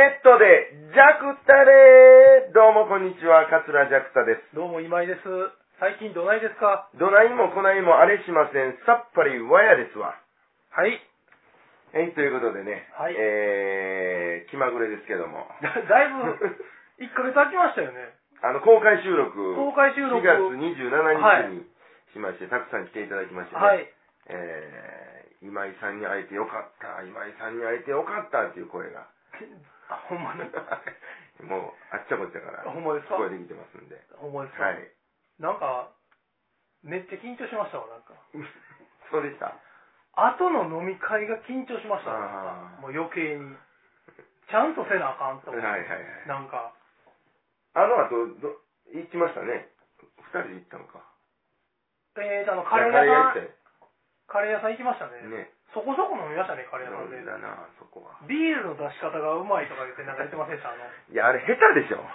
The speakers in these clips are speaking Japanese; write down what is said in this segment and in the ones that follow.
ネットでジャクタでー。どうもこんにちは、桂ジャクタです。 どうも今井です。最近どないですか？ どないもこないもあれしません。さっぱりわやですわ。 はい。 ということでね、 はい。 気まぐれですけども。 だいぶ、1ヶ月経ちましたよね。 公開収録、 公開収録 4月27日にしまして、たくさん来ていただきましてね、 はい。 今井さんに会えてよかった、今井さんに会えてよかったっていう声が。 ほんまにもう、あっちゃこっちゃから、 ほんまですか？ 聞こえてきてますんで。 ほんまですか？ はい。 なんか、めっちゃ緊張しましたわ、なんか。 そうでした。 後の飲み会が緊張しましたわ、もう余計に。ちゃんとせなあかんと思って。 はいはいはい。 なんか。 あの後、行きましたね。二人で行ったのか。 カレー屋さん。カレー屋さん行きましたね。 ね。 そこそこ飲みましたね、カレー屋さんで。 だな、そこは。 ビールの出し方がうまいとか言ってなんか言ってませんでした？ いや、あれ下手でしょ。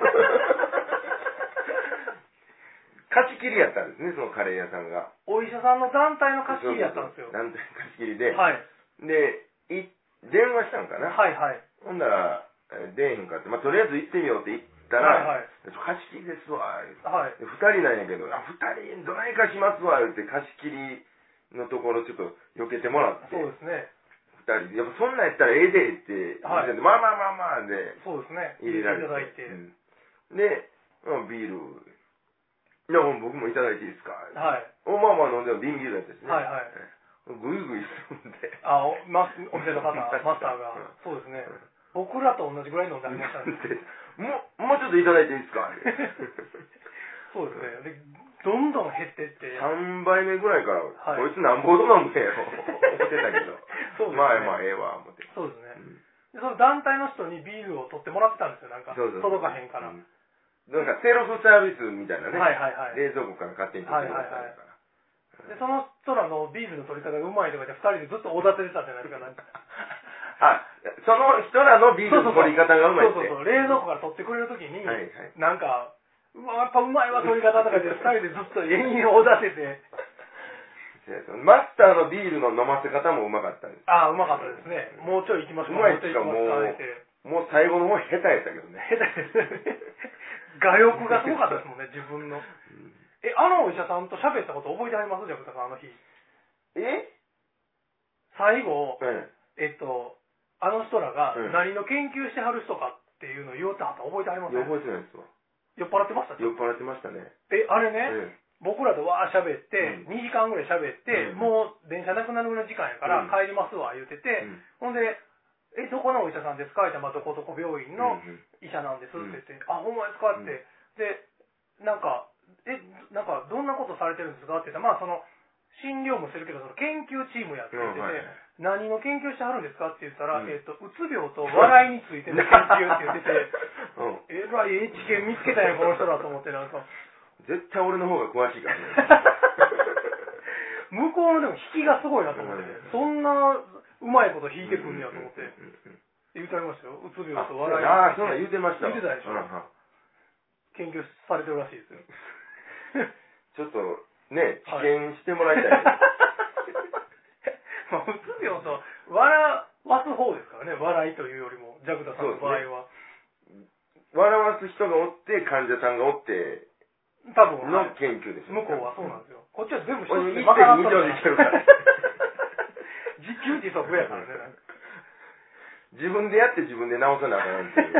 貸し切りやったんですね、そのカレー屋さんが。 お医者さんの団体の貸し切りやったんですよ。 団体貸し切りで。 はい。 で、電話したんかな。 はいはい。 ほんなら、出えへんかって、とりあえず行ってみようって言ったら、 はいはい。 貸し切りですわ、 はい。 二人なんやけど、二人どないかしますわ、言って貸し切りのところちょっと避けてもらって。 そうですね。 二人で、やっぱそんなんやったらええでって、はい、まあで、 そうですね。 入れられて。 いただいて。 で、ビール、いや、僕もいただいていいですか？ はい。 まあ飲んでも瓶ビールやったですね。 はいはい。 ぐいぐい飲んで。 お店の方、マスターが。そうですね。僕らと同じぐらい飲んでありましたね。 もうちょっといただいていいですか？ そうですね。で、どんどん減ってって。 3杯目ぐらいから、こいつなんぼ飲んでよ。思ってたけど。 そうですね。 まあええわ、思って。 そうですね。で、その団体の人にビールを取ってもらってたんですよ、なんか。届かへんから。 なんかセルフサービスみたいなね。 はいはいはい。 冷蔵庫から勝手に取ってくださいから。 で、その人らのビールの取り方がうまいとかで、二人でずっとおだててたじゃないですか、なんか。 その人らのビールの取り方がうまいって。 そう。冷蔵庫から取ってくれるときに、なんか、やっぱうまいわ、取り方とかで、二人でずっと延々おだてて。 マスターのビールの飲ませ方もうまかったんです。 うまかったですね。もうちょい行きましょう。 うまいっていうかもう最後の方下手やったけどね。 下手ですね。画欲がすごかったですもんね、自分の。お医者さんと喋ったこと覚えてあります？ジャクタさん、あの日。最後、あの人らが何の研究してはる人かっていうのを言おうってはった覚えてあります？ 覚えてないですわ。 酔っ払ってました？ 酔っ払ってましたね。 あれね、僕らとわー喋って、2時間ぐらい喋って、もう電車なくなるぐらいの時間やから帰りますわ言うてて、ほんで、どこのお医者さんですか？って、どこどこ病院の医者なんですって言って、ほんまですかって。で、なんか、どんなことされてるんですかって言ったら、診療もしてるけど、研究チームやって言ってて、何の研究してはるんですかって言ったら、うつ病と笑いについての研究って言ってて、えらい知見見つけたんや、この人だと思って、なんか。 絶対俺の方が詳しいからね。 向こうのでも引きがすごいなと思ってて、そんなうまいこと弾いてくんねやと思って、言ってありましたよ。うつ病と笑いについて。 そう言ってました。 言ってたでしょ。研究されてるらしいですよ。 ちょっとね、知見してもらいたい。 うつ病と笑わす方ですからね、笑いというよりも、ジャクタさんの場合は。 笑わす人がおって、患者さんがおって、 多分の研究です。 向こうはそうなんですよ。こっちは全部一つで分からんとるから。 自給自足やからね。 自分でやって自分で直さなあかんっていう。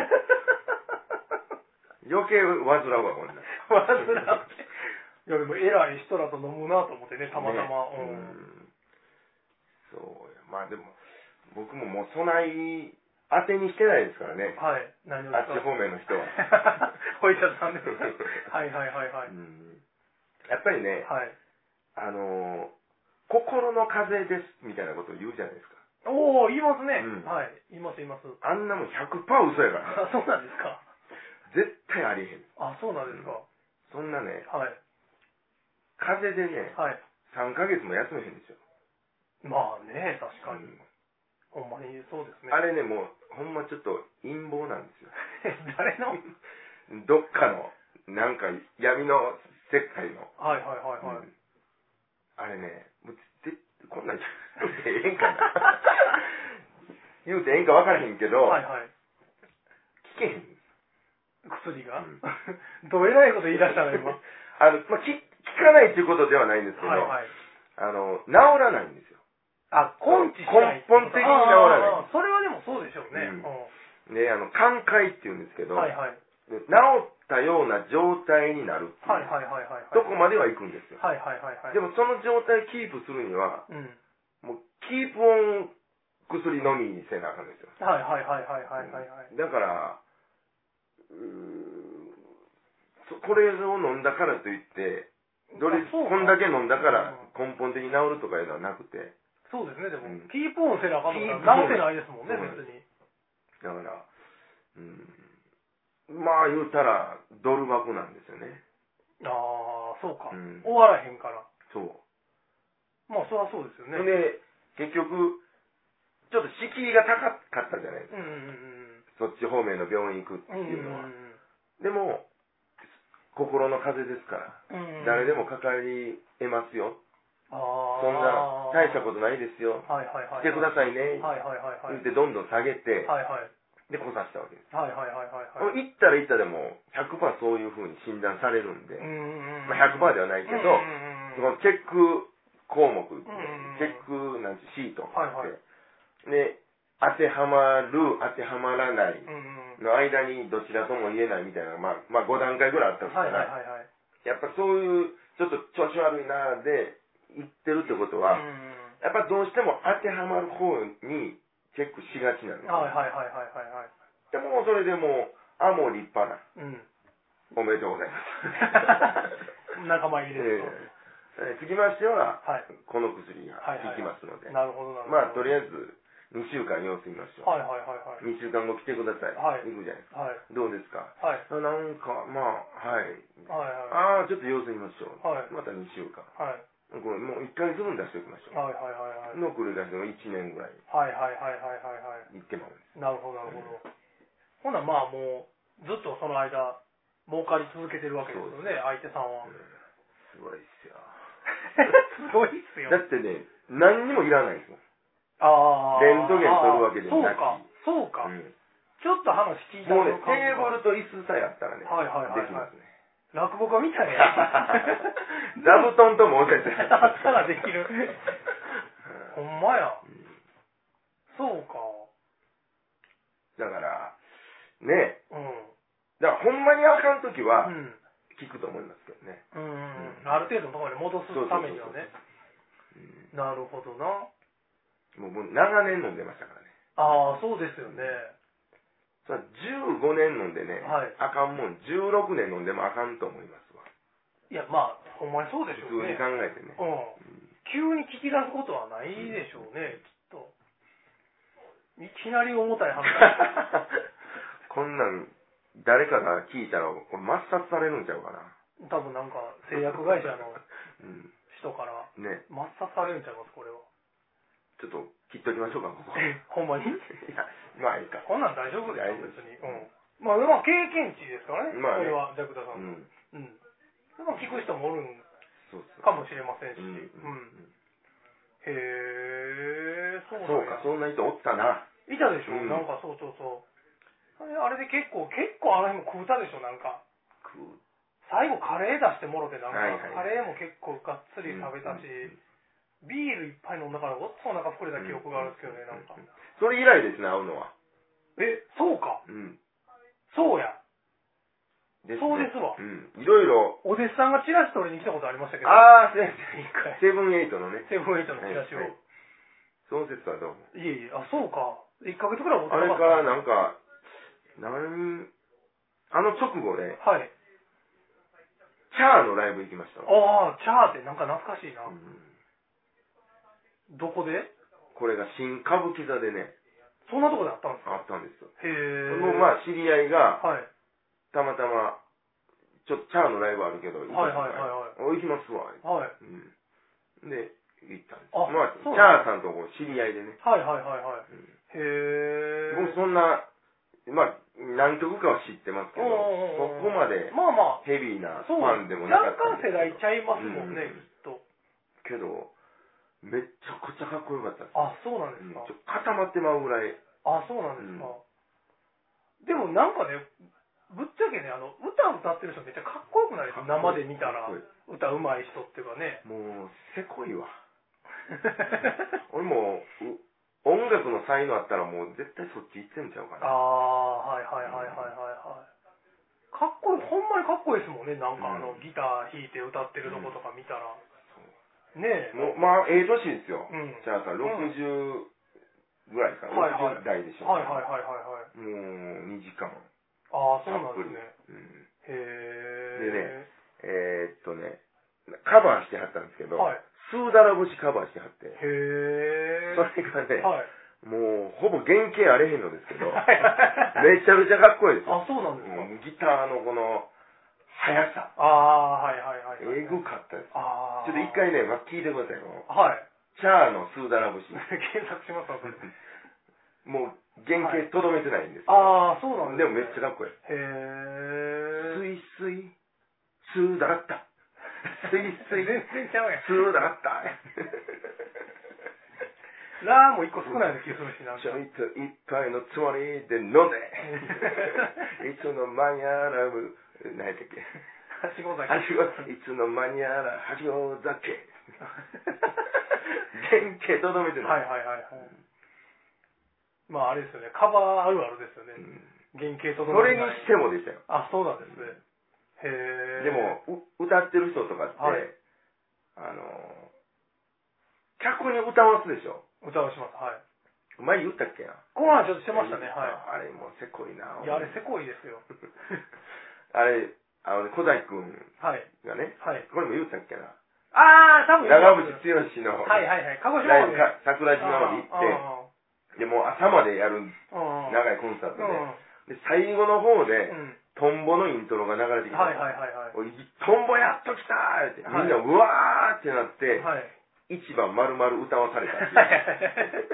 余計煩うわ、こんな。 煩う。いや、でも偉い人らと飲むなと思ってね、たまたま。 そうや。でも、僕ももう備え当てにしてないですからね。 はい。何をですか？ あっち方面の人は。 お医者さんです。はい。 やっぱりね、心の風邪ですみたいなことを言うじゃないですか。 言いますね。はい。言います。 あんなもん 100% 嘘やから。 そうなんですか。 絶対ありへん。 そうなんですか。 そんなね、 はい。 風邪でね、3ヶ月も休めへんですよ。 まあね、確かに。ほんまにそうですね。 あれね、もう、ほんまちょっと陰謀なんですよ。 誰の？ どっかの、なんか闇の世界の。 はい。 あれね、もうこんなん言うてええんかな。言うてええんか分からへんけど、 けへん。 薬が、どえらいこと言い出したの、今。 まあ、効かないっていうことではないんですけど、 はいはい。 治らないんですよ。 根治しない。 根本的に治らない。 それはでもそうでしょうね。 で、寛解って言うんですけど、 はいはい。 治ったような状態になるっていう。 はいはいはいはい。 どこまでは行くんですよ。 はいはいはいはい。 でもその状態をキープするには、もうキープオン薬飲みにせなあかんですよ。 はいはいはいはいはいはい。 だから、これを飲んだからといって、こんだけ飲んだから根本的に治るとかいうのはなくて。 そうですね、でも、キープオンせなあかんのから治せないですもんね、別に。 だから、まあ言うたら、ドル箱なんですよね。 ああ、そうか。終わらへんから。 そう。 まあ、そりゃそうですよね。 で、結局、ちょっと敷居が高かったじゃないですか。そっち方面の病院行くっていうのは。でも、心の風邪ですから、誰でもかかり得ますよ。そんな大したことないですよ。来てくださいね。言ってどんどん下げて、で、来させたわけです。行ったら行ったでも 100% そういうふうに診断されるんで、まあ、100% ではないけど、そのチェック項目、チェックなんてシートがあって、で、当てはまる、当てはまらないの間にどちらとも言えないみたいな、まあ5段階ぐらいあったんですから、やっぱそういう、ちょっと調子悪いなで言ってるってことは、やっぱどうしても当てはまる方にチェックしがちなんですよ。でもそれでもう、もう立派な。おめでとうございます。 仲間入りですと。つきましては、この薬が効きますので。 なるほどなるほど。 まあとりあえず、2週間様子見ましょう。2週間後来てください。行くじゃないですか。どうですか。なんか、まあ、ちょっと様子見ましょう。また2週間。これもう1ヶ月分出しておきましょう。の繰り返しの1年ぐらい。行ってまうんです。 なるほど、なるほど。ほな、まあもう、ずっとその間、儲かり続けてるわけですよね、相手さんは。 すごいっすよ。 すごいっすよ。 だってね、何にもいらないですもん。レントゲン取るわけでもなく。 そうか。ちょっと話聞いたもうね、テーブルと椅子さえあったらね、できますね。 落語家みたいな。 座布団ともおせて。 あったらできる。ほんまや。そうか。 だから、ね。だからほんまにあかんときは、聞くと思いますけどね。 ある程度のところに戻すためにはね。なるほどな。 もう長年飲んでましたからね。 ああ、そうですよね。 15年飲んでね、あかんもん、16年飲んでもあかんと思いますわ。 いや、まあ、ほんまにそうでしょうね。 普通に考えてね。 急に聞き出すことはないでしょうね、きっと。いきなり重たい話。 こんなん、誰かが聞いたら、これ抹殺されるんちゃうかな。 多分なんか、製薬会社の人から、抹殺されるんちゃいます、これは。 ちょっと切っときましょうか、ここ。 ほんまに？いや、まあいいか。 こんなん大丈夫ですよ、別に。まあ、経験値ですからね、これは、ジャクダさんの。聞く人もおるんかもしれませんし。へえ、 そうか、そんな人おったな。 いたでしょ、なんかそう。あれで結構あの日も食うたでしょ、なんか。最後カレー出してもろて、なんか、カレーも結構がっつり食べたし、ビールいっぱい飲んだから、ごっつお腹膨れた記憶があるんですけどね、なんか。 それ以来ですね、会うのは。 そうか。そうや。そうですわ。 いろいろ。 お弟子さんがチラシ取りに来たことありましたけど。 そうです。セブンエイトのね。 セブンエイトのチラシを。 その説はどうも。 いえ、そうか。1ヶ月くらい持ってなかった。あれからなんか、あの直後で、チャーのライブ行きました。 チャーってなんか懐かしいな。どこで？ これが新歌舞伎座でね。 そんなとこであったんですか？ あったんですよ。 へえ。 もうまあ知り合いが、たまたま、ちょっとチャーのライブあるけど、行きますわ。で、行ったんです。まあ、チャーさんと知り合いでね。へえ。僕そんな、まあ、何曲かは知ってますけど、そこまでヘビーなファンでもなかったんですけど。 若干世代ちゃいますもんね、きっと。 けど、めっちゃくちゃかっこよかったです。 そうなんですか。 固まってまうぐらい。 そうなんですか。 でもなんかね、ぶっちゃけね、歌歌ってる人めっちゃかっこよくないですか？生で見たら。歌うまい人っていうかね。 もう、せこいわ。俺も音楽の才能あったらもう絶対そっち行ってんちゃうかな。 はいはいはいはいはいはい。かっこいい、ほんまにかっこいいですもんね。なんかギター弾いて歌ってるとことか見たら。ねえ。 もう、まあ、ええ年ですよ。 うん。 じゃあさ、60ぐらいかな。 はいはい。 60代でしょ。 はいはいはいはいはい。 もう、2時間。 ああ、そうなんですね。 でへね、カバーしてはったんですけど、 はい。 スーダラ節カバーしてはって。 へえ。 それがね、 はい。 もう、ほぼ原型あれへんのですけど、めちゃめちゃかっこいいですよ。 あ、そうなんですか。 ギターのこの、速さ。 はいはいはい。 えぐかったです。ちょああ。 っと一回ね、聞いてくださいよ。 はい。 チャーのスーダラ節。 検索しますわ、それ。 もう、原型とどめてないんです。 ああ、そうなんですね。 でもめっちゃかっこいい。 へえ。 スイスイ、スーダラッタ。スイスイ、 全然ちゃうやん。 スーダラッタ。 ラーも一個少ないような気がするし、なんか。 ちょいと一杯のつもりで飲んで。いつの間にやらぶ、何やったっけ。 はしご酒。 はしご、いつの間にやら、はしご酒。原型とどめてない。 はいはいはいはい。まああれですよね、カバーあるあるですよね。原型とどめてない。 それにしてもでしたよ。 あ、そうなんですね。へえ。 でも、歌ってる人とかって、 はい、 客に歌わすでしょ。 歌わします。はい。 前言ったっけな。 この話ちょっとしてましたね。はい。 あれもうせこいな。 いや、あれせこいですよ。 あれ、小崎くんがね、 はい。 これも言ったっけな。 ああ、多分長渕剛の、 はいはいはい。鹿児島まで。 桜島まで行って、で、もう朝までやる長いコンサートで、で、最後の方で、トンボのイントロが流れてきた。 はいはいはいはい。 トンボやっと来たーって、みんなうわーってなって、一番丸々歌わされたっていう。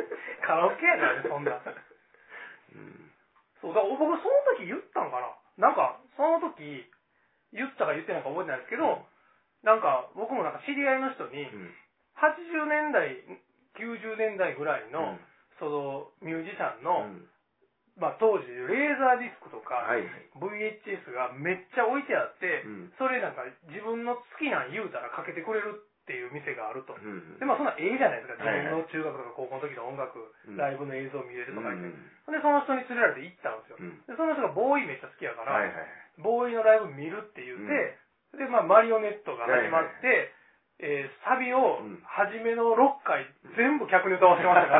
カラオケやからね、そんな。そう、だから僕その時言ったんかな。なんか、その時、言ったか言ってないか覚えてないですけど、なんか、僕もなんか知り合いの人に、80年代、90年代ぐらいの、その、ミュージシャンの、まあ当時、レーザーディスクとか、VHS がめっちゃ置いてあって、それなんか自分の好きなん言うたらかけてくれるっていう店があると。で、まあそんなええじゃないですか。自分の中学とか高校の時の音楽、ライブの映像を見れるとか言って。で、その人に連れられて行ったんですよ。で、その人がボーイめっちゃ好きやから、ボーイのライブ見るって言って、で、まあマリオネットが始まって、サビを初めの6回全部客に歌わせましたから。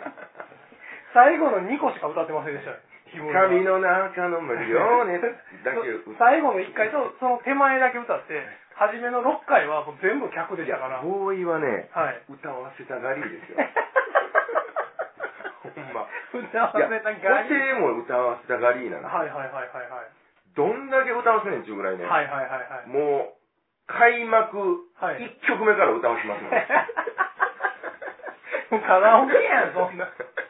最後の2個しか歌ってませんでしたよ。 髪の中のマリオネットだけ最後の1回とその手前だけ歌って、初めの6回はもう全部客でしたから。 ボーイはね、歌わせたがりですよ。ほんま。 歌わせたがり。 女性も歌わせたがりなの。 はいはいはいはいはい。 どんだけ歌わせねんちゅうぐらいね。 はいはいはいはい。 もう、開幕1曲目から歌わせますもん。 もうカラオケやん、そんな。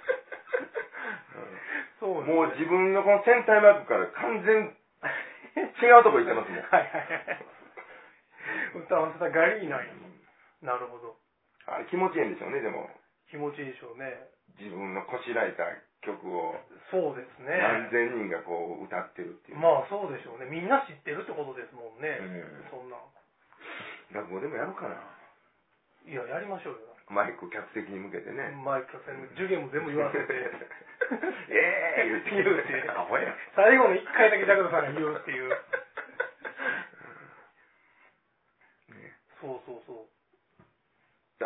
そうもう自分のこの戦隊マークから完全違うとこ行ってますね。 はいはいはい。歌わせたがりなんや。なるほど。 あれ気持ちいいんでしょうね、でも。 気持ちいいでしょうね。 自分のこしらえた曲を。 そうですね。 何千人がこう歌ってるっていう。 まあそうでしょうね。みんな知ってるってことですもんね。そんな。 落語でもやろうかな。 いや、やりましょうよ。 マイク客席に向けてね。 マイク客席に受験も全部言わせて。 言うて。アホや。 最後の1回だけジャクダさんが言うっていう。そうそうそう。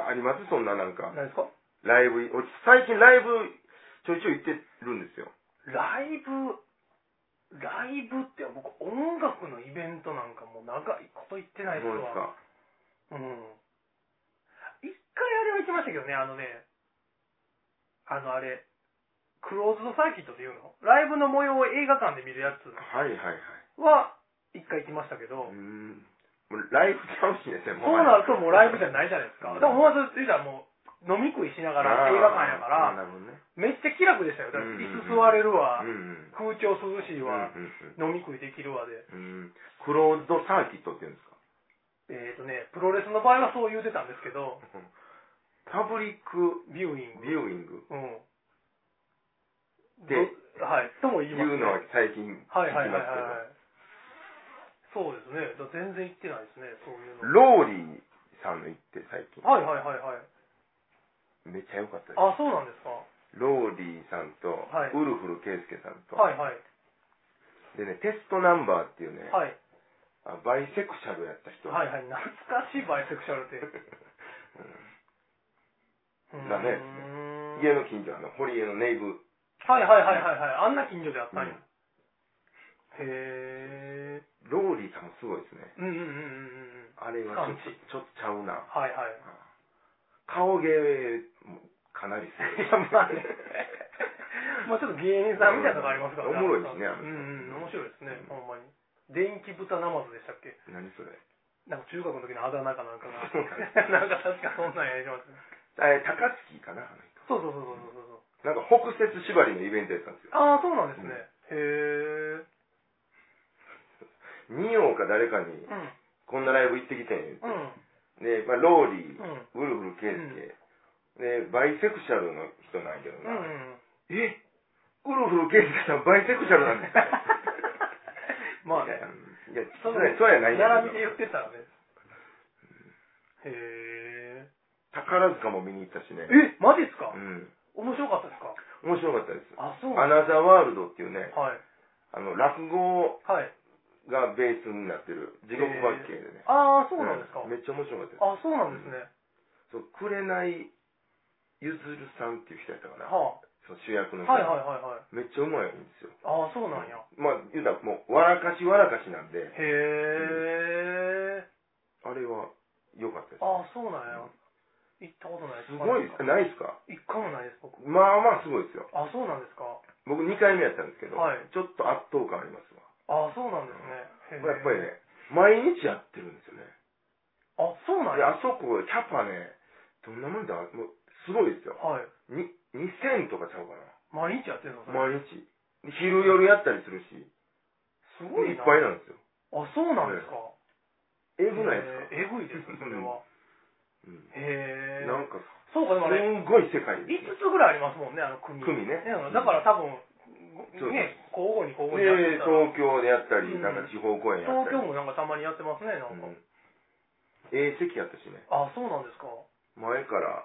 ありますそんななんか。 何ですか？ ライブ、最近ライブちょいちょい行ってるんですよ。 ライブって僕音楽のイベントなんかもう長いこと行ってないですわ。 そうですか。 うん。一回あれは行きましたけどね、あれ、クローズドサーキットっていうの？ライブの模様を映画館で見るやつは一回行きましたけど、 ライブちゃうしね、 そうなるともうライブじゃないじゃないですか。でも思わず言うたらもう飲み食いしながら映画館やから、めっちゃ気楽でしたよ。だから椅子座れるわ、空調涼しいわ、飲み食いできるわで。 クローズドサーキットって言うんですか？ プロレスの場合はそう言うてたんですけど、 パブリックビューイング。 で、 はい。とも言いますね。 いうのは最近聞きますけど。 はいはいはいはい。そうですね。全然行ってないですね、そういうの。 ローリーさんの行って最近。 はいはいはいはい。 めっちゃ良かったです。 あ、そうなんですか。 ローリーさんと、 はい、 ウルフル圭介さんと、 はいはい。 でね、テストナンバーっていうね、 はい。 バイセクシャルやった人。 はいはい。懐かしいバイセクシャルって。 がね、家の近所、堀江のネイブ。 はいはいはいはいはい。あんな近所であったんや。へー。ローリーさんもすごいですね。 うんうんうんうんうん。 あれはちょっとちゃうな。 はいはい。 顔芸もかなりすごい。 いや、まあね。まあちょっと芸人さんみたいなのがありますからね。 おもろいですね、 面白いですね、ほんまに。電気豚ナマズでしたっけ？ 何それ？ なんか中学の時のあだ名かなんかが。なんか確かそんなんやりますね。 高槻かな、 そうそうそうそうそう。 なんか北節縛りのイベントやったんですよ。 ああ、そうなんですね。へえ。 見ようか誰かに、こんなライブ行ってきてん。で、ローリー、ウルフル圭介、で、バイセクシャルの人なんやけどな。ウルフル圭介さんバイセクシャルなんですか？ まあ、 いや、そうやないんや並びで言ってたらね。へえ。 宝塚も見に行ったしね。 マジっすか？面白かったですか？ 面白かったです。 あ、そうアナザーワールドっていうね、 はい。 落語がベースになってる地獄バッケでね。 ああ、そうなんですか。 めっちゃ面白かったです。 あ、そうなんですね。 そう、紅ゆずるさんっていう人やったかな。そう主役の人。 はいはいはいはい。 めっちゃうまいんですよ。 ああ、そうなんや。 まあ、言うたらもう、わらかしなんで。 へえ。 あれは良かったです。 ああ、そうなんや。行ったことないです。 すごいです。ないですか？ 一回もないです、僕。 まあまあすごいですよ。 あ、そうなんですか。 僕2回目やったんですけど、 はい。 ちょっと圧倒感ありますわ。あ、そうなんですね。 やっぱりね、毎日やってるんですよね。 あ、そうなんで、 や。 あそこ、キャパね、どんなもんだ、もう、すごいですよ。 はい。 2000とかちゃうかな。 毎日やってるの？ 毎日。昼夜やったりするし、 すごいな。 いっぱいなんですよ。 あ、そうなんですか。 えぐないですか？ えぐいです、それは。へえ。 なんか、 そうか、でもね、 すんごい世界です。 5つぐらいありますもんね、組ね。 だから多分、ね、交互にやってたら。 東京でやったり、なんか地方公演やったり。 東京もなんかたまにやってますね、なんか。 席やったしね。 あ、そうなんですか。 前から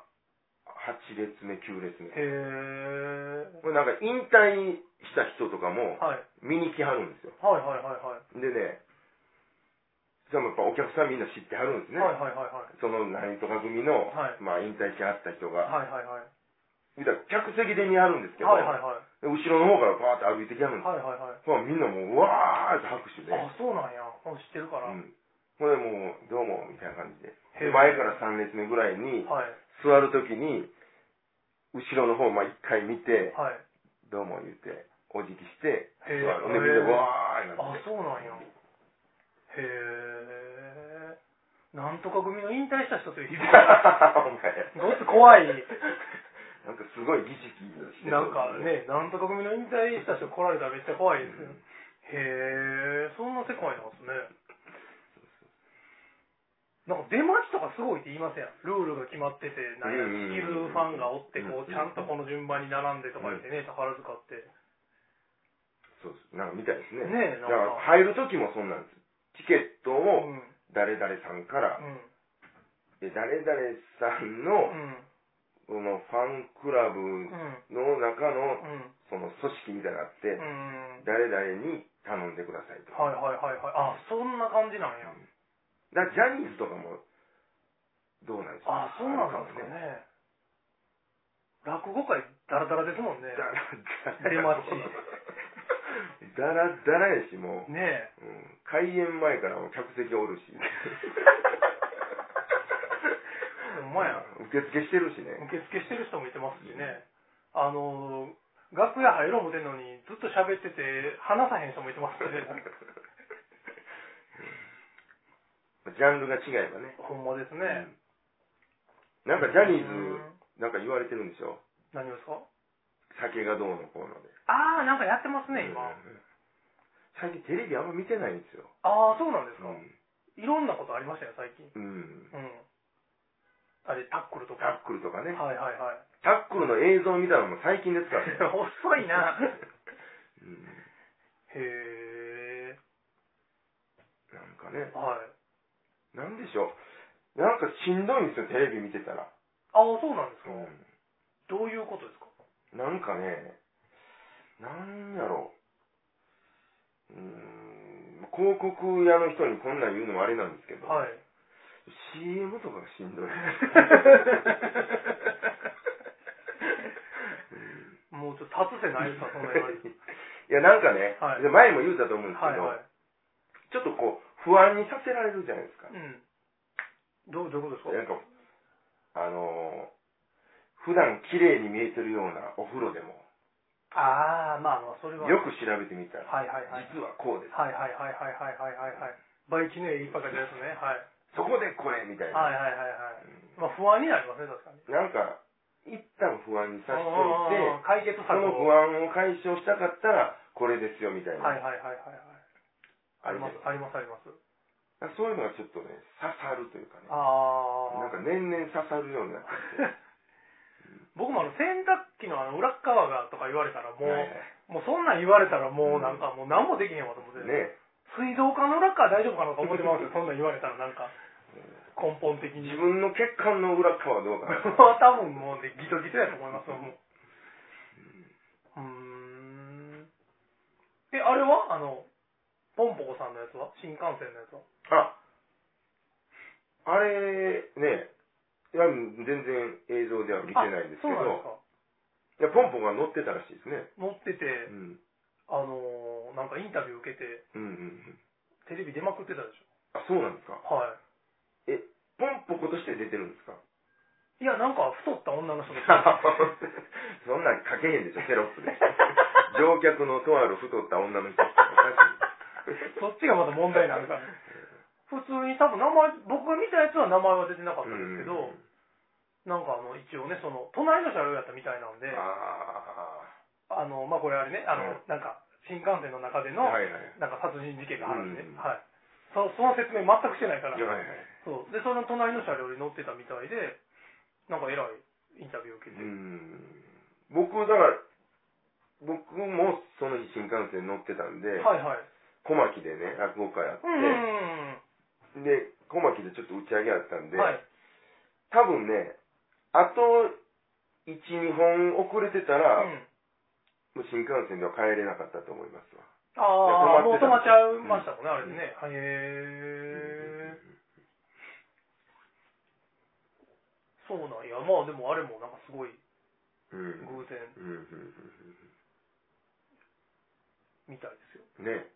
8列目、9列目。 へえ。 これなんか引退した人とかも見に来はるんですよ。 はいはいはいはい。 でね、やっぱお客さんみんな知ってはるんですね。 はいはいはいはい。 その何とか組の、まあ引退しはった人が。 はいはいはい。 客席で見はるんですけど、 はいはいはい。 後ろの方からバーって歩いてきはるんですよ。 はいはいはい。 みんなもう、うわーって拍手で。 あ、そうなんや。知ってるから。 これもう、どうも、みたいな感じで。前から3列目ぐらいに、座るときに、後ろの方、まあ一回見て、どうも言って、お辞儀して、座る。で、みんな、わーってなって。 あ、そうなんや。へえ。なんとか組の引退した人という響きが、ごっつ怖い。 なんかすごい儀式してなんかね、なんとか組の引退した人来られたらめっちゃ怖いですよ。へえ、そんな世界なんですね。なんか出待ちとかすごいって言いません？ルールが決まってて、なんや、スキルファンがおって、こう、ちゃんとこの順番に並んでとか言ってね、宝塚って。 そうです。なんかみたいですね。 ねえ、 だから入る時もそんなんです。チケットを誰々さんから、で誰々さんの、このファンクラブの中の、その組織みたいなのがあって、誰々に頼んでくださいと。 はいはいはいはい。あ、そんな感じなんや。 だからジャニーズとかも、どうなんですか？ あ、そうなんですかね。落語界ダラダラですもんね。出待ち。 ダラダラやし、もう。 ねえ。 開演前からも客席おるし。 ほんまや。 受付してるしね。 受付してる人もいてますしね。楽屋入ろう思てんのに、ずっと喋ってて、話さへん人もいてますしね。 ジャンルが違えばね。 ほんまですね。 なんかジャニーズ、なんか言われてるんでしょ？ 何ですか？ 酒がどうのこうので。 ああ、なんかやってますね、今。 最近テレビあんま見てないんですよ。 ああ、そうなんですか。いろんなことありましたよ、最近。あれ、タックルとか。 タックルとかね。 はいはいはい。 タックルの映像見たのも最近ですからね。 遅いな。 へー。 なんかね。 はい。 なんでしょう。なんかしんどいんですよ、テレビ見てたら。 ああ、そうなんですか、どういうことですか？ なんかね、なんやろう。広告屋の人にこんなん言うのもあれなんですけど、 はい。 CM とかがしんどい。 もうちょっと立つせないですか、そんな言われて。 いや、なんかね、 はい、 前も言うたと思うんですけど、 はいはい、 ちょっとこう、不安にさせられるじゃないですか。 どういうことですか？ なんか、普段綺麗に見えてるようなお風呂でも、 ああ、まあまあ、それは。 よく調べてみたら、 はいはいはい。 実はこうです。 はいはいはいはいはいはいはいはい。バイキの絵いっぱい描いてるやつね。はい。 そこでこれみたいな。 はいはいはいはい。まあ不安になりますね、確かに。 なんか、一旦不安にさせといて、 解決策その不安を解消したかったら、これですよみたいな。 はいはいはいはいはい。ありますありますあります。 そういうのがちょっとね、刺さるというかね。 なんか年々刺さるようになってきて。 僕も洗濯機の裏側がとか言われたらもう、 はいはい、 もうそんなん言われたらもうなんかもう何もできへんわと思って。 ね。 水道管の裏側大丈夫かなと思ってますよ。そんなん言われたらなんか。根本的に。 自分の血管の裏側はどうかな。 多分もうね、ギトギトやと思いますよ、もう。あれはポンポコさんのやつは新幹線のやつはあれね、いや全然映像では見てないんですけど、いや、ポンポコが乗ってたらしいですね。 乗ってて、なんかインタビュー受けて、テレビ出まくってたでしょ。 そうなんですか。 はい。 ポンポコとして出てるんですか？ いや、なんか太った女の人がそんなん書けへんでしょ、テロップで。乗客のとある太った女の人。 そっちがまだ問題なんか。普通に多分名前、僕が見たやつは名前は出てなかったんですけど、なんか一応ね、その、隣の車両やったみたいなんで、まあこれあれね、なんか、新幹線の中での、なんか殺人事件の話ね。はい。その説明全くしてないから。そう。で、その隣の車両に乗ってたみたいで、なんか偉いインタビューを受けて。 僕もその日新幹線乗ってたんで、小牧でね、落語会あって、で、小牧でちょっと打ち上げあったんで、多分ね、あと1、2本遅れてたら、もう新幹線では帰れなかったと思いますわ。 もう止まっちゃいましたもんね、あれでね。そうなんや。まあでもあれもなんかすごい偶然みたいですよ。 ね。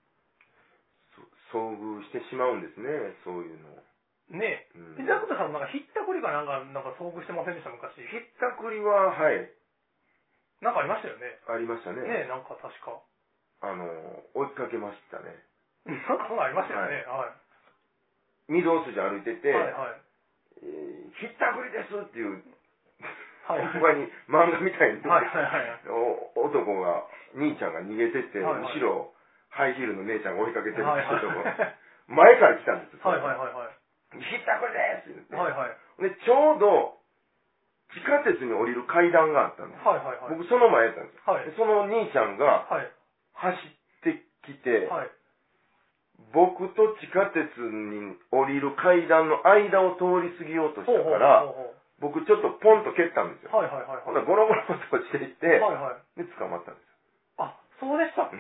遭遇してしまうんですね、そういうの。 ねえ。ジャクタさんなんかひったくりかなんか遭遇してませんでした昔？ ひったくりは、はい。 なんかありましたよね。 ありましたね。 ねえ、なんか確か。 追いかけましたね。 なんかそんなありましたよね。はい。 御堂筋歩いてて、 ひったくりですっていう、他に漫画みたいに、男が、兄ちゃんが逃げてって、後ろ、ハイヒールの姉ちゃんが追いかけてるんですけども、前から来たんですよ。ひったくりですって言って。で、ちょうど、地下鉄に降りる階段があったんです。僕その前やったんです。その兄ちゃんが、走ってきて、僕と地下鉄に降りる階段の間を通り過ぎようとしたから、僕ちょっとポンと蹴ったんですよ。ほんならゴロゴロと落ちていって、で、捕まったんですよ。 あ、そうでしたっけ？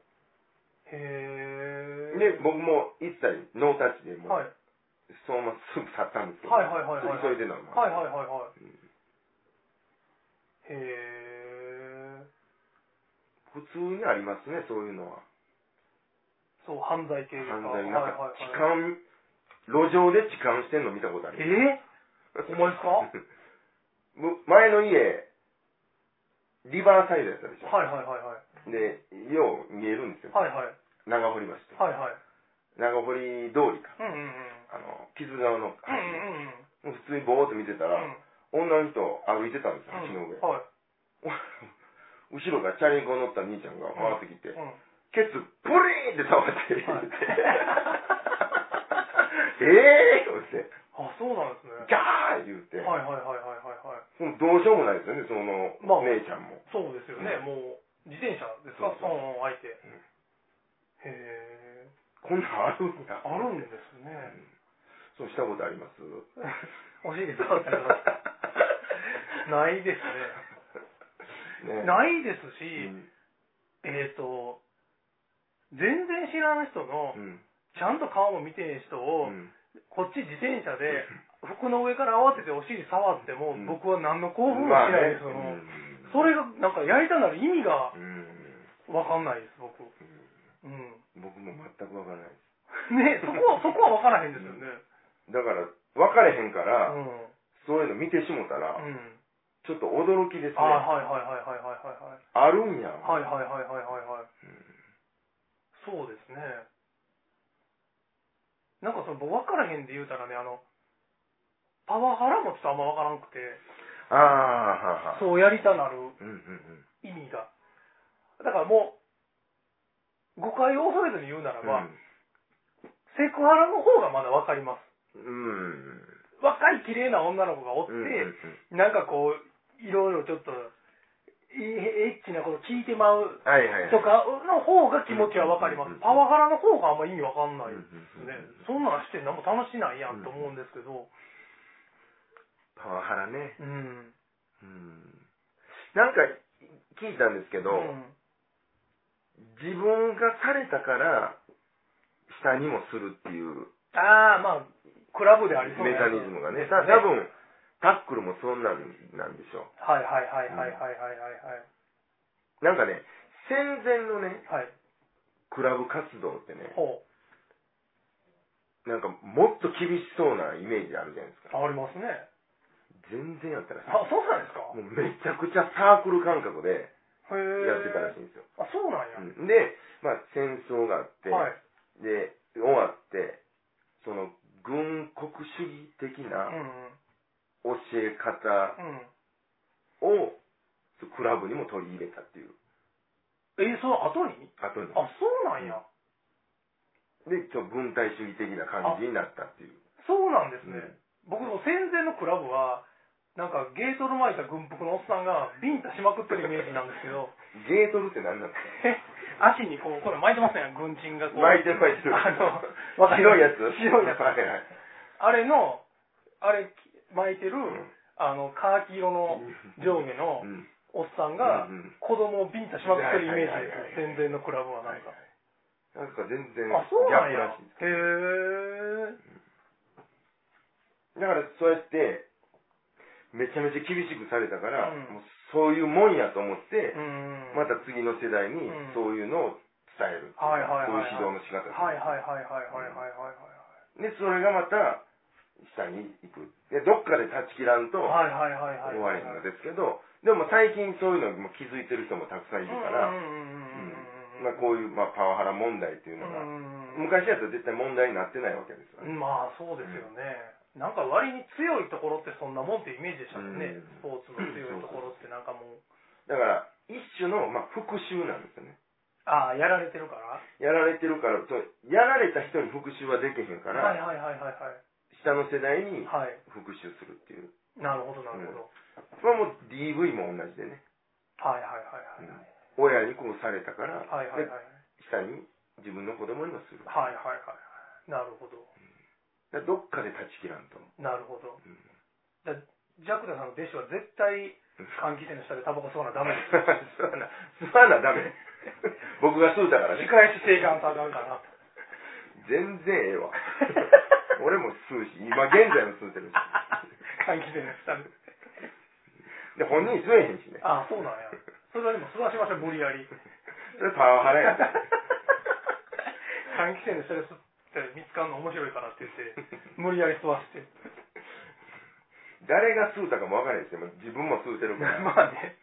で、僕も一切ノータッチでもう、そのまますぐ去ったんですけど、急いでなの。普通にありますね、そういうのは。 そう、犯罪系ですか。 犯罪、なんか、痴漢、路上で痴漢してんの見たことある。 ほんまですか？ 前の家、リバーサイドやったでしょ。で、よう見えるんですよ。長堀橋と。長堀通りか。木津川の橋。普通にぼーっと見てたら、女の人歩いてたんですよ、橋の上。後ろからチャリンコ乗った兄ちゃんが回ってきて、ケツ、プリーンって触って、言って。 あ、そうなんですね。 ギャー言って。どうしようもないですよね、その、姉ちゃんも。 そうですよね、もう、自転車ですか、相手。 へえ。 こんなんあるんや。 あるんですね。 そうしたことあります？ お尻触ったりとか。ないですね。ないですし、全然知らん人の、ちゃんと顔も見てへん人を、こっち自転車で、服の上から合わせてお尻触っても、僕は何の興奮もしないです。それが、なんかやりたなる意味が、わかんないです、僕。 僕も全くわからないです。 ね、そこはわからへんですよね。 だから、わかれへんから、そういうの見てしもたら、ちょっと驚きですね。あるんや。 そうですね。なんか僕分からへんで言うたらね、パワハラもちょっとあんま分からんくて、そうやりたなる意味が。だからもう、誤解を恐れずに言うならば、セクハラの方がまだ分かります。若い綺麗な女の子がおって、なんかこう、いろいろちょっと、エッチなこと聞いてまうとかの方が気持ちはわかります。パワハラの方があんま意味わかんないですね。そんなんして何も楽しないやんと思うんですけど。 パワハラね。なんか聞いたんですけど、自分がされたから下にもするっていう。 まあ、クラブでありそうなメカニズムがね。多分、タックルもそんなんでしょう。なんかね、戦前のね、クラブ活動ってね、なんかもっと厳しそうなイメージあるじゃないですか。 ありますね。 全然やったらしい。 そうなんですか？ もうめちゃくちゃサークル感覚でやってたらしいんですよ。 そうなんや。 で、まあ戦争があって、で、終わって、その軍国主義的な、教え方をクラブにも取り入れたっていう。 その後に？そうなんや。 で、軍隊主義的な感じになったっていう。 そうなんですね。僕の戦前のクラブは、なんかゲートル巻いた軍服のおっさんがビンタしまくってるイメージなんですけど。 ゲートルって何なんですか？足にこれ巻いてますね、軍人がこう。 巻いてる。白いやつ？ 白いやつ。あれ巻いてる、カーキ色の上下のおっさんが子供をビンタしまくってるイメージです。戦前のクラブはなんか。 なんか全然逆らしいです。へー。だからそうやってめちゃめちゃ厳しくされたから、もうそういうもんやと思って、また次の世代にそういうのを伝える。そういう指導の仕方。で、それがまた下に行く。で、どっかで断ち切らんと終わりなんですけど、でも最近そういうのにも気づいてる人もたくさんいるから、こういう、パワハラ問題っていうのが、昔だと絶対問題になってないわけですよね。 まあそうですよね。なんか割に強いところってそんなもんってイメージでしたもんね。スポーツの強いところってなんかもう。 だから、一種の、復讐なんですよね。 やられてるから？ やられてるから、やられた人に復讐はできへんから、下の世代に復讐するっていう。 なるほど、なるほど。 それはもう DV も同じでね。親にこうされたから、下に自分の子供にもする。 なるほど。 どっかで断ち切らんと。 なるほど。ジャクダさんの弟子は絶対換気扇の下でタバコ吸わなダメです。 吸わなダメ。僕が吸うたからね。 仕返ししていかんとあかんかな。 全然ええわ。俺も吸うし、今現在も吸うてるし。 換気扇の下で。 で、本人吸えへんしね。 そうなんや。それはでも吸わしましょう、無理やり。 それパワハラや。 換気扇の下で吸って見つかるの面白いからって言って、無理やり吸わせて。 誰が吸うたかも分からないですよ。自分も吸うてるから。 まあね。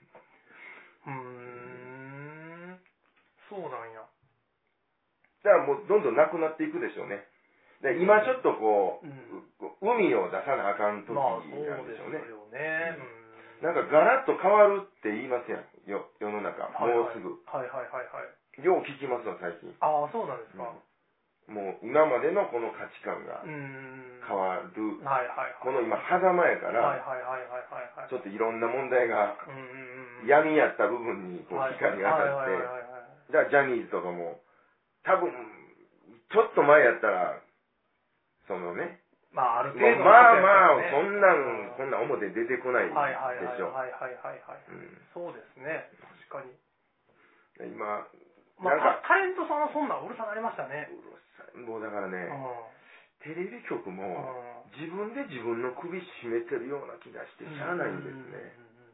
そうなんや。 だからもうどんどんなくなっていくでしょうね。で今ちょっと海を出さなあかん時なんでしょうね。なんかガラッと変わるって言いますやん。世の中。もうすぐ。よう聞きますわ、最近。 そうなんですか。 もう今までのこの価値観が変わる。この今、狭間やから、ちょっといろんな問題が闇やった部分に光が当たって、じゃあジャニーズとかも多分、ちょっと前やったら、そのね、 まあ、ある程度、 まあ、こんなん表出てこないでしょ。 はい。そうですね。確かに。 今、 まあ、タレントさんはそんなんうるさなりましたね。 うるさい。もうだからね、テレビ局も自分で自分の首絞めてるような気がしてしゃあないんですね。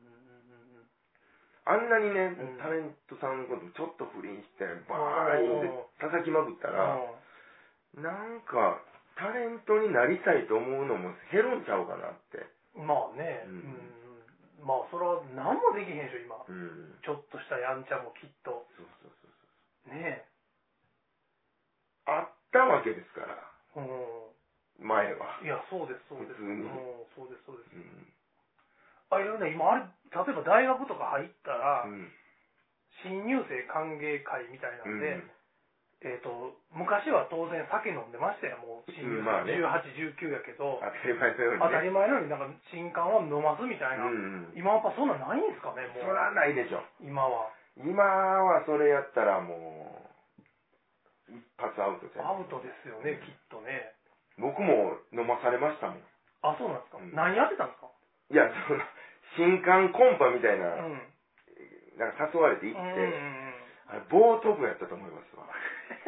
あんなにね、タレントさんのことちょっと不倫して、バーンって叩きまくったら、なんか、タレントになりたいと思うのも減るんちゃうかなって。 まあね、まあそれは何もできへんでしょ、今。ちょっとしたやんちゃもきっと。そうねえ。 あったわけですから。前は。 いや、そうです。 普通に。 そうです。あれね、今、例えば大学とか入ったら、新入生歓迎会みたいなんで、昔は当然酒飲んでましたよ、もう新入生、18、19やけど、当たり前のようになんか新刊は飲ますみたいな、今はやっぱそんなんないんですかね、もう。 そらないでしょ。 今はそれやったらもう、一発アウトじゃん。 アウトですよね、きっとね。 僕も飲まされましたもん。 あ、そうなんですか。何やってたんですか。 いや、新刊コンパみたいな、なんか誘われて行って、あれ、ボート部やったと思いますわ。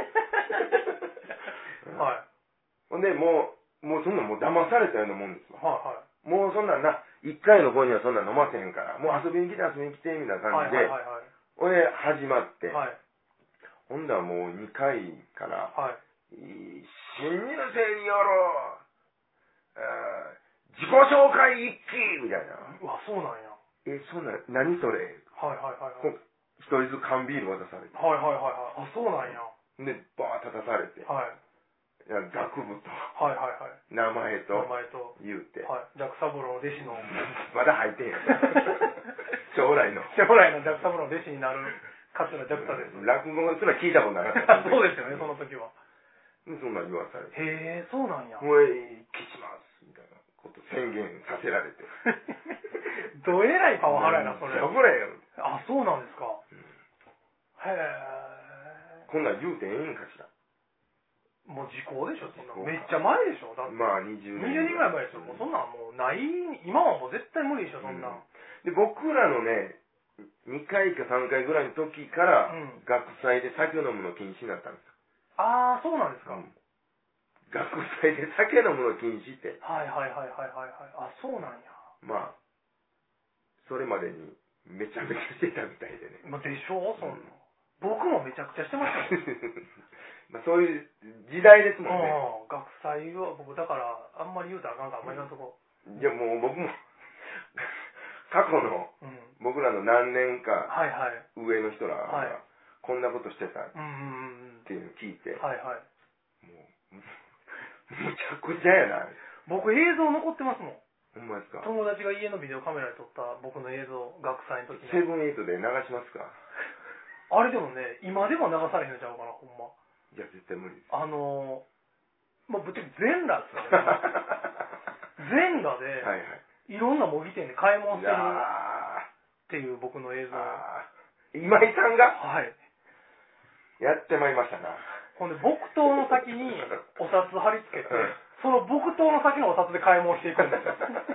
はい。 ほんで、もうそんなもう騙されたようなもんですわ。 もうそんなんな、一回の子にはそんな飲ませへんから、もう遊びに来てみたいな感じで、ほんで始まって、ほんだらもう2回から、新入生によろ自己紹介一気みたいな。 うわ、そうなんや。 そんな、何それ。一人ずつ缶ビール渡されて。 あ、そうなんや。 で、バー立たされて。学部と。名前と。言うて。 ジャック・サブローの弟子の。 まだ入ってんや。将来のジャック・サブローの弟子になる桂ジャクタです。 落語すら聞いたことなかった。 そうですよね、その時は。 そんなん言わされて。 へえ、そうなんや。 もう消します。みたいなこと宣言させられて。 どえらいパワハラやな、それ。 これ。 あ、そうなんですか。へえ。 こんなん言うてええんかしら。 もう時効でしょ、そんな。めっちゃ前でしょ、だって。 まあ20年ぐらい前でしょ。もうそんなんもうない、今はもう絶対無理でしょ、そんな。 で、僕らのね、2回か3回ぐらいの時から、学祭で酒飲むの禁止になったんですよ。 ああ、そうなんですか。 学祭で酒飲むの禁止って。 はい。あ、そうなんや。 まあ、それまでにめちゃめちゃしてたみたいでね。 まあ、でしょ、そんな。僕もめちゃくちゃしてましたよ。 まあそういう時代ですもんね。 学祭は僕だからあんまり言うたらあかんからあんまり言わんとこ。 いやもう僕も過去の僕らの何年か上の人らがこんなことしてたっていうのを聞いて、もうむちゃくちゃやな。 僕映像残ってますもん。 ほんまですか。 友達が家のビデオカメラで撮った僕の映像、学祭の時に。 セブンエイトで流しますか。 あれでもね、今でも流されへんのちゃうかな、ほんま。 いや、絶対無理です。 まあ、ぶっちゃけ全裸ですよね。全裸で、いろんな模擬店で買い物してるっていう僕の映像。 今井さんがはい。 やってまいりましたな。 ほんで、木刀の先にお札貼り付けて、その木刀の先のお札で買い物していくんですよ。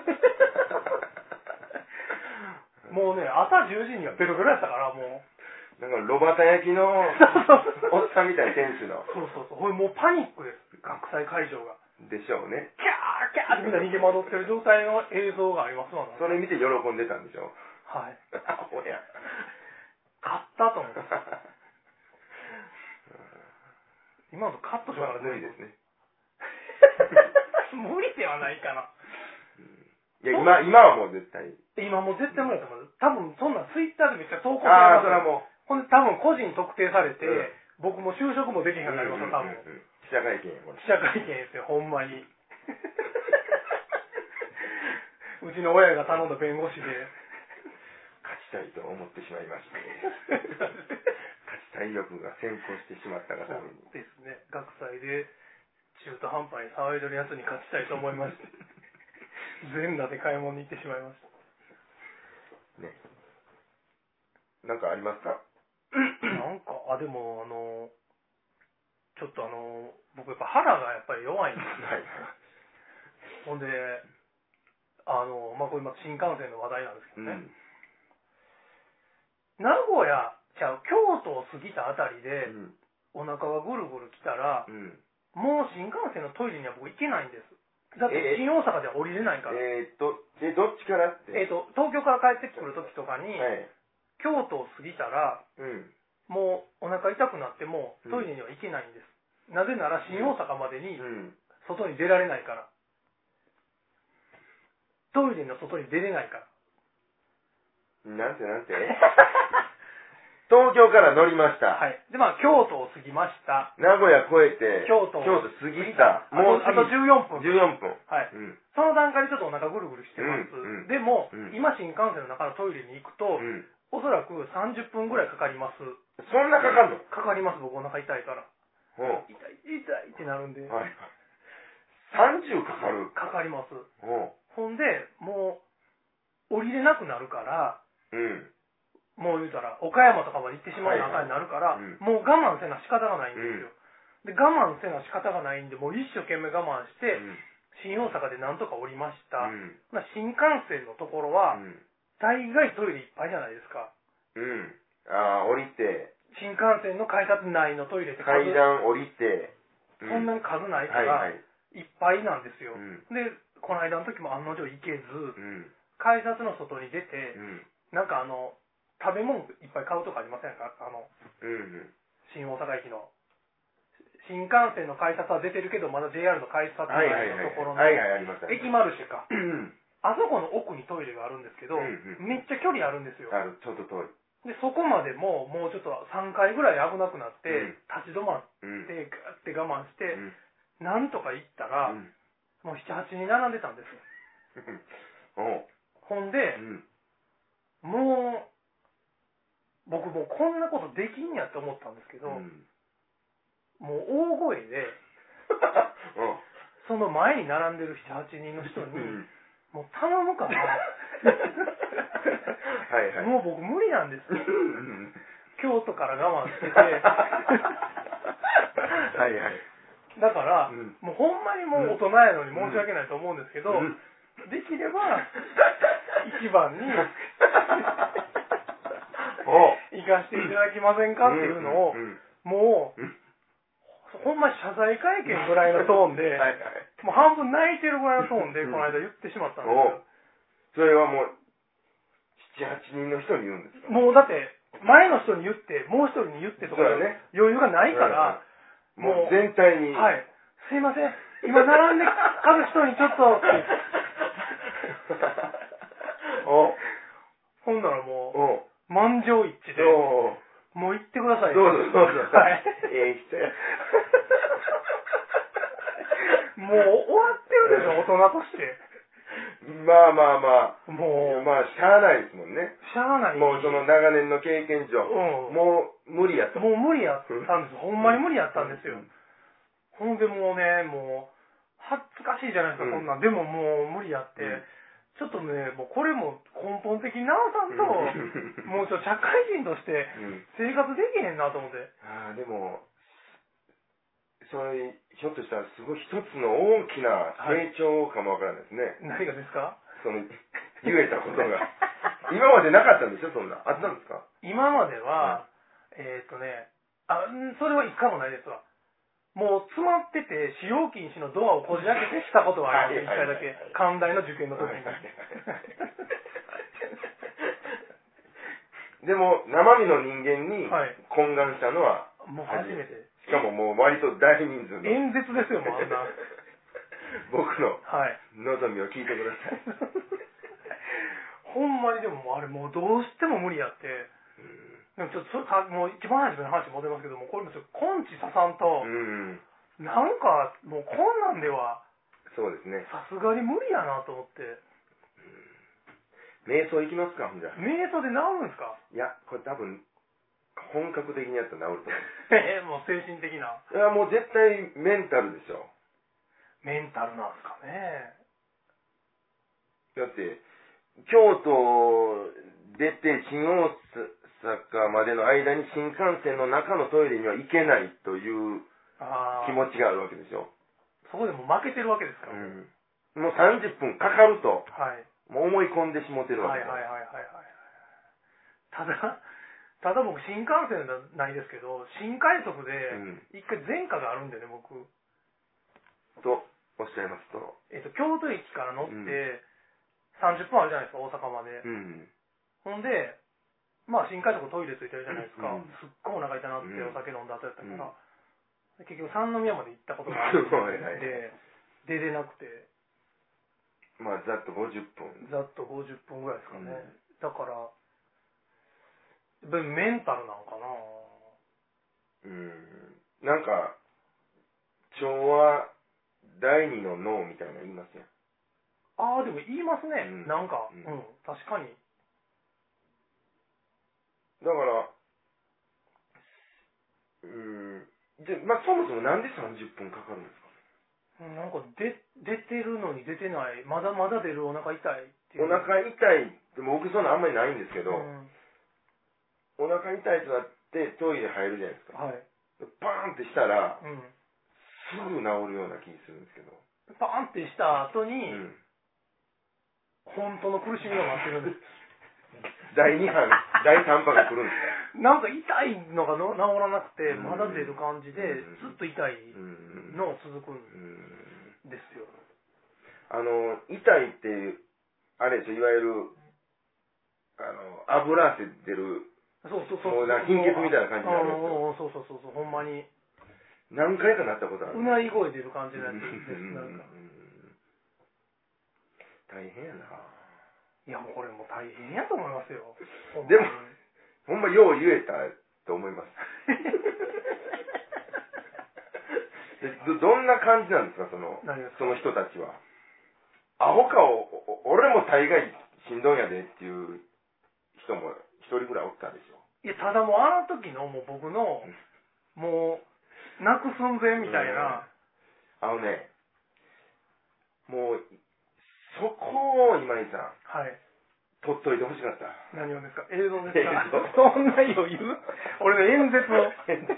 もうね、朝10時にはベロベロやったから、もう。 なんか、炉端焼きのおっさんみたいな店主の。 そう。ほいもうパニックです。学祭会場が。 でしょうね。 キャーキャーってみんな逃げ惑ってる状態の映像がありますわ。 それ見て喜んでたんでしょ。 はい。 おや。 買ったと思って。今のカットしながら無理ですね。 無理ではないかな。 いや、今はもう絶対。 今もう絶対無理だと思う。多分そんなツイッターでめっちゃ投稿されます。それはもう。 ほんで多分個人特定されて、僕も就職もできへんようになりますよ、多分。 記者会見。 記者会見ですよ、ほんまに。うちの親が頼んだ弁護士で。 勝ちたいと思ってしまいまして。勝ちたい欲が先行してしまったがために。 そうですね。学祭で中途半端に騒いでるやつに勝ちたいと思いまして。全裸で買い物に行ってしまいました。 ね。なんかありますか？ なんか、でもちょっと僕やっぱ腹がやっぱり弱いんですよ。 はい。 ほんで、これ今新幹線の話題なんですけどね。名古屋、京都を過ぎたあたりで、お腹がぐるぐる来たら、もう新幹線のトイレには僕行けないんです。だって新大阪では降りれないから。 どっちからって？ 東京から帰ってくるときとかに、京都を過ぎたら、もうお腹痛くなってもトイレには行けないんです。なぜなら新大阪までに外に出られないから。トイレの外に出れないから。 なんて東京から乗りました。 はい。で、京都を過ぎました。 名古屋越えて、 京都過ぎた。 もうあと14分。 14分。 はい。その段階でちょっとお腹ぐるぐるしてます。でも、今新幹線の中のトイレに行くと、おそらく30分ぐらいかかります。 そんなかかるの？ かかります、僕お腹痛いから。痛いってなるんで。 はい。30かかる？ かかります。ほんで、もう、降りれなくなるから、もう言うたら、岡山とかまで行ってしまう中になるから、もう我慢せな仕方がないんですよ。で、我慢せな仕方がないんで、もう一生懸命我慢して、新大阪でなんとか降りました。新幹線のところは、大概トイレいっぱいじゃないですか。 降りて。 新幹線の改札内のトイレって階段降りて。 そんなに数ないから、いっぱいなんですよ。で、この間の時も案の定行けず、改札の外に出て、なんか食べ物いっぱい買うとかありませんか？新大阪駅の。新幹線の改札は出てるけど、まだ JR の改札内のところの、駅マルシェか。あそこの奥にトイレがあるんですけど、めっちゃ距離あるんですよ。 ちょっと遠い。 で、そこまでもうちょっと3回ぐらい危なくなって、立ち止まって、ガーって我慢して、なんとか行ったら、もう7、8人並んでたんですよ。ほんで、もう、僕もうこんなことできんやって思ったんですけど、もう大声で、その前に並んでる7、8人の人に、もう頼むから、もう僕無理なんですよ。京都から我慢してて。だから、もうほんまにもう大人やのに申し訳ないと思うんですけど、できれば、一番に、行かせていただきませんかっていうのを、もう、ほんま謝罪会見ぐらいのトーンで、もう半分泣いてるぐらいのトーンで、この間言ってしまったんですよ。 それはもう、7、8人の人に言うんですか？ もうだって、前の人に言って、もう一人に言ってとか、余裕がないから、 もう全体に。 はい。すいません、今並んでかる人にちょっと、ほんならもう、満場一致で、もう行ってください。 どうぞ。 はい。 人や。 もう終わってるでしょ、大人として。 まあ。 もう。 しゃあないですもんね。 しゃあない。 もうその長年の経験上、もう無理やった。 もう無理やったんです。ほんまに無理やったんですよ。ほんでもうね、もう、恥ずかしいじゃないですか、こんなん。でももう無理やって。ちょっとね、もうこれも根本的に直さんと、もう社会人として生活できへんなと思って。 でも、それ、ひょっとしたらすごい一つの大きな成長かもわからないですね。 何がですか？ 言えたことが。今までなかったんでしょ、そんな。あったんですか？ 今までは、それは一回もないですわ。もう詰まってて、使用禁止のドアをこじ開けてしたことはあります、一回だけ。関大の受験の時に。 でも、生身の人間に懇願したのは、 もう初めて。 しかももう割と大人数の。 演説ですよ、もうあんな。 僕の望みを聞いてください。 ほんまにでもあれもうどうしても無理やって。でもちょっともう一番初めの話戻りますけども、これもちょっと根治ささんと、なんかもうこんなんでは、 そうですね。 さすがに無理やなと思って。 瞑想行きますか、ほんじゃ。 瞑想で治るんですか？ いや、これ多分、本格的にやったら治ると思う。 もう精神的な。 いや、もう絶対メンタルでしょ。 メンタルなんですかね。 だって、京都出て新大阪までの間に新幹線の中のトイレには行けないという気持ちがあるわけでしょ。 そこでもう負けてるわけですから。 もう30分かかると、 はい、 もう思い込んでしもてるわけです。 ただ僕新幹線じゃないですけど、新快速で一回前科があるんでね、僕。 とおっしゃいますと、 京都駅から乗って30分あるじゃないですか、大阪まで。ほんで、まあ新快速トイレついてるじゃないですか。すっごいお腹痛なってお酒飲んだ後やったから、結局三宮まで行ったことがあるんで、出れなくて。 まあざっと50分。 ざっと50分ぐらいですかね。だから、メンタルなんかな。 なんか、昭和第二の脳みたいなの言いますよ。 ああ、でも言いますね。なんか、確かに。 だから、まあそもそもなんで30分かかるんですか？ なんか出てるのに出てない、まだまだ出るお腹痛いっていう。 お腹痛い、でも僕そんなあんまりないんですけど、お腹痛いとなってトイレ入るじゃないですか。 はい。 パーンってしたら、すぐ治るような気するんですけど。 パーンってした後に、本当の苦しみが待ってるんです。 第2波、第3波が来るんですか？ なんか痛いのが治らなくて、まだ出る感じで、ずっと痛いの続くんですよ。 痛いって、あれでしょ、いわゆる、油汗出る、もう貧血みたいな感じになるんですよ。 そう、ほんまに。 何回かなったことある。 うなり声出る感じのやつです、なんか。 大変やな。 いや、もうこれもう大変やと思いますよ。 でも、ほんまよう言えたと思います。どんな感じなんですか、その人たちは。アホか俺も大概しんどんやでっていう人も一人ぐらいおったでしょ。 いや、ただもうあの時のもう僕の、もう、泣く寸前みたいな。 もう、そこを今井さん。 はい。 撮っといてほしかった。 何をですか？映像ですか？そんな余裕？俺の演説を。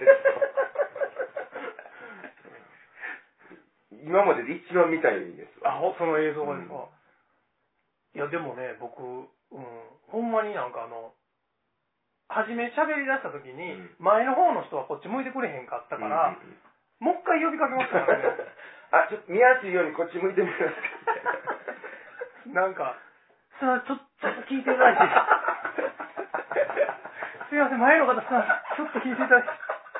今までで一番見たいです。 その映像がですか？いや、でもね、僕、ほんまになんか初め喋り出した時に、前の方の人はこっち向いてくれへんかったから、もう一回呼びかけましたからね。 ちょっと見やすいようにこっち向いてみますか？ なんか、ちょっと聞いていただいて。すいません、前の方ちょっと聞いていただいて。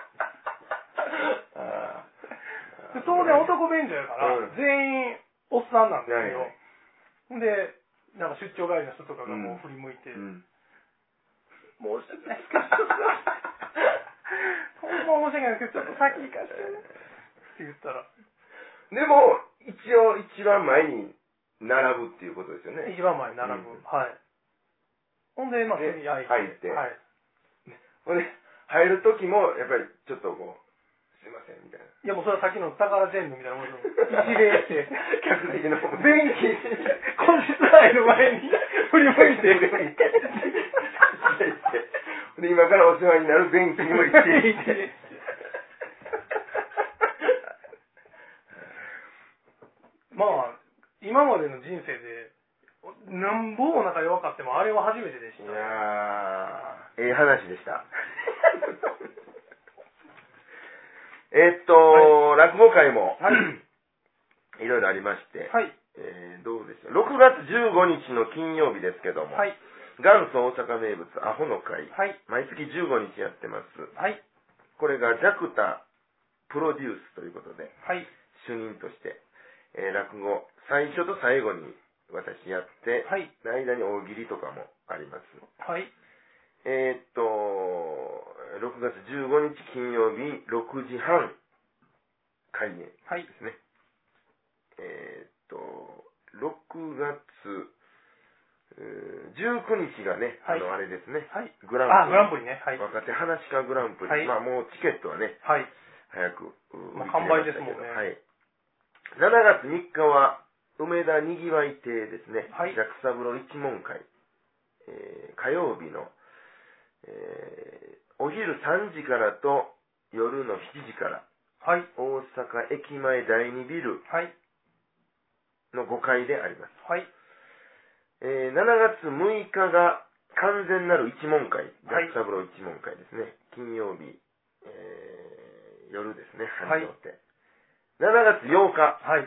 当然男便所やから、全員おっさんなんですよ。で、なんか出張帰りの人とかがもう振り向いて、申し訳ないですけど、ほんま申し訳ないですけど、ちょっと先行かせてって言ったら。 でも、一応一番前に並ぶっていうことですよね。 一番前に並ぶ。はい。ほんで、まあ、次入って。はい。 ほんで、入る時も、やっぱりちょっとこう、すいません、みたいな。 いや、もうそれはさっきの宝ジェンヌみたいなものです。一礼して、 客席の便器、個室内の前に振り向いて、 で、今からお世話になる便器にも一礼して。 まあ、今までの人生で、なんぼお腹弱かっても、あれは初めてでした。 いやー、ええ話でした。落語会も、いろいろありまして、どうでしょう。6月15日の金曜日ですけども、元祖大阪名物、アホの会、毎月15日やってます。これがジャクタプロデュースということで、主任として、落語、最初と最後に私やって、間に大喜利とかもあります。6月15日金曜日6時半開演ですね。6月19日がね、あれですね、グランプリね、若手話家グランプリ、まあもうチケットはね、早く完売ですもんね。 7月3日は梅田にぎわい亭ですね、ジャクサブロ一門会、火曜日のお昼3時からと夜の7時からはい。 大阪駅前第2ビルの5階であります。 はい。 7月6日が完全なる一門会、 はい、 ジャック三郎一門会ですね。金曜日、夜ですね、繁盛って。7月8日。 はい。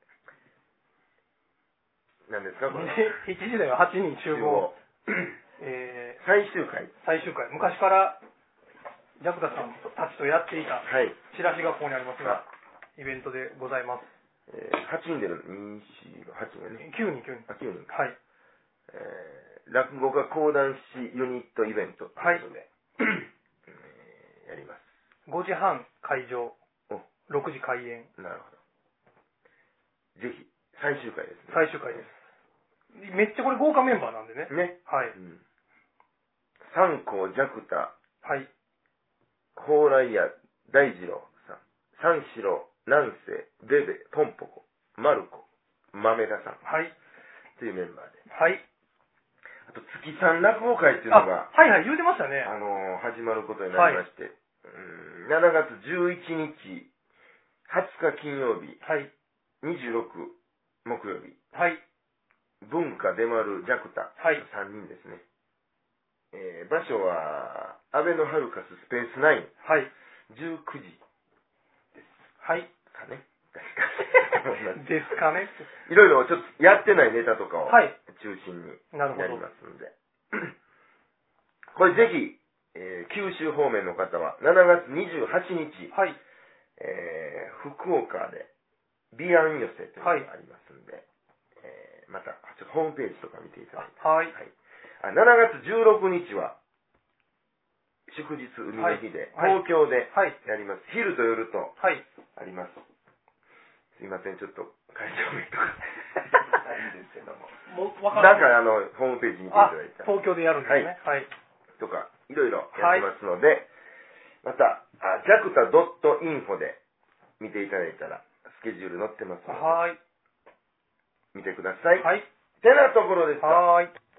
何ですかこれ。 7時台は8人集合。 最終回。 最終回。昔からジャクタさんたちとやっていた、 はい、 チラシがここにありますが、イベントでございます。 8人出るの、2、4、8人ね。 9人。 あ、9人。 はい。 落語家講談師ユニットイベントということで、はい、やります。 5時半会場、6時開演。 なるほど。ぜひ、最終回ですね。 最終回です。めっちゃこれ豪華メンバーなんでね。 ね。 はい。 三光ジャクタ。 はい。 蓬莱屋大二郎さん。三四郎、南世、ベベ、ポンポコ、マルコ、豆田さん。 はい。 というメンバーで。 はい。 あと、月さん落語会っていうのが、 はいはい、言うてましたね。 始まることになりまして、7月11日、20日金曜日、 はい、 26木曜日、 はい、 文化出丸ジャクタ、 はい、 3人ですね。場所は、アベノハルカススペース9、 はい、 19時です。 はい。 かね。 ですかね。 いろいろちょっとやってないネタとかを中心にやりますんで。これぜひ、九州方面の方は7月28日、 はい、 福岡でビアン寄せというのがありますんで、またちょっとホームページとか見ていただいて。 はい。 7月16日は祝日海の日で、東京でやります。昼と夜とあります。すいません、ちょっと会場名とかないんですけども。なんかホームページ見ていただいたら。 東京でやるんですね。はい。 とか、いろいろやってますので、また、jacta.info で見ていただいたら、スケジュール載ってますので、見てください。 はい。 てなところですか。 はい。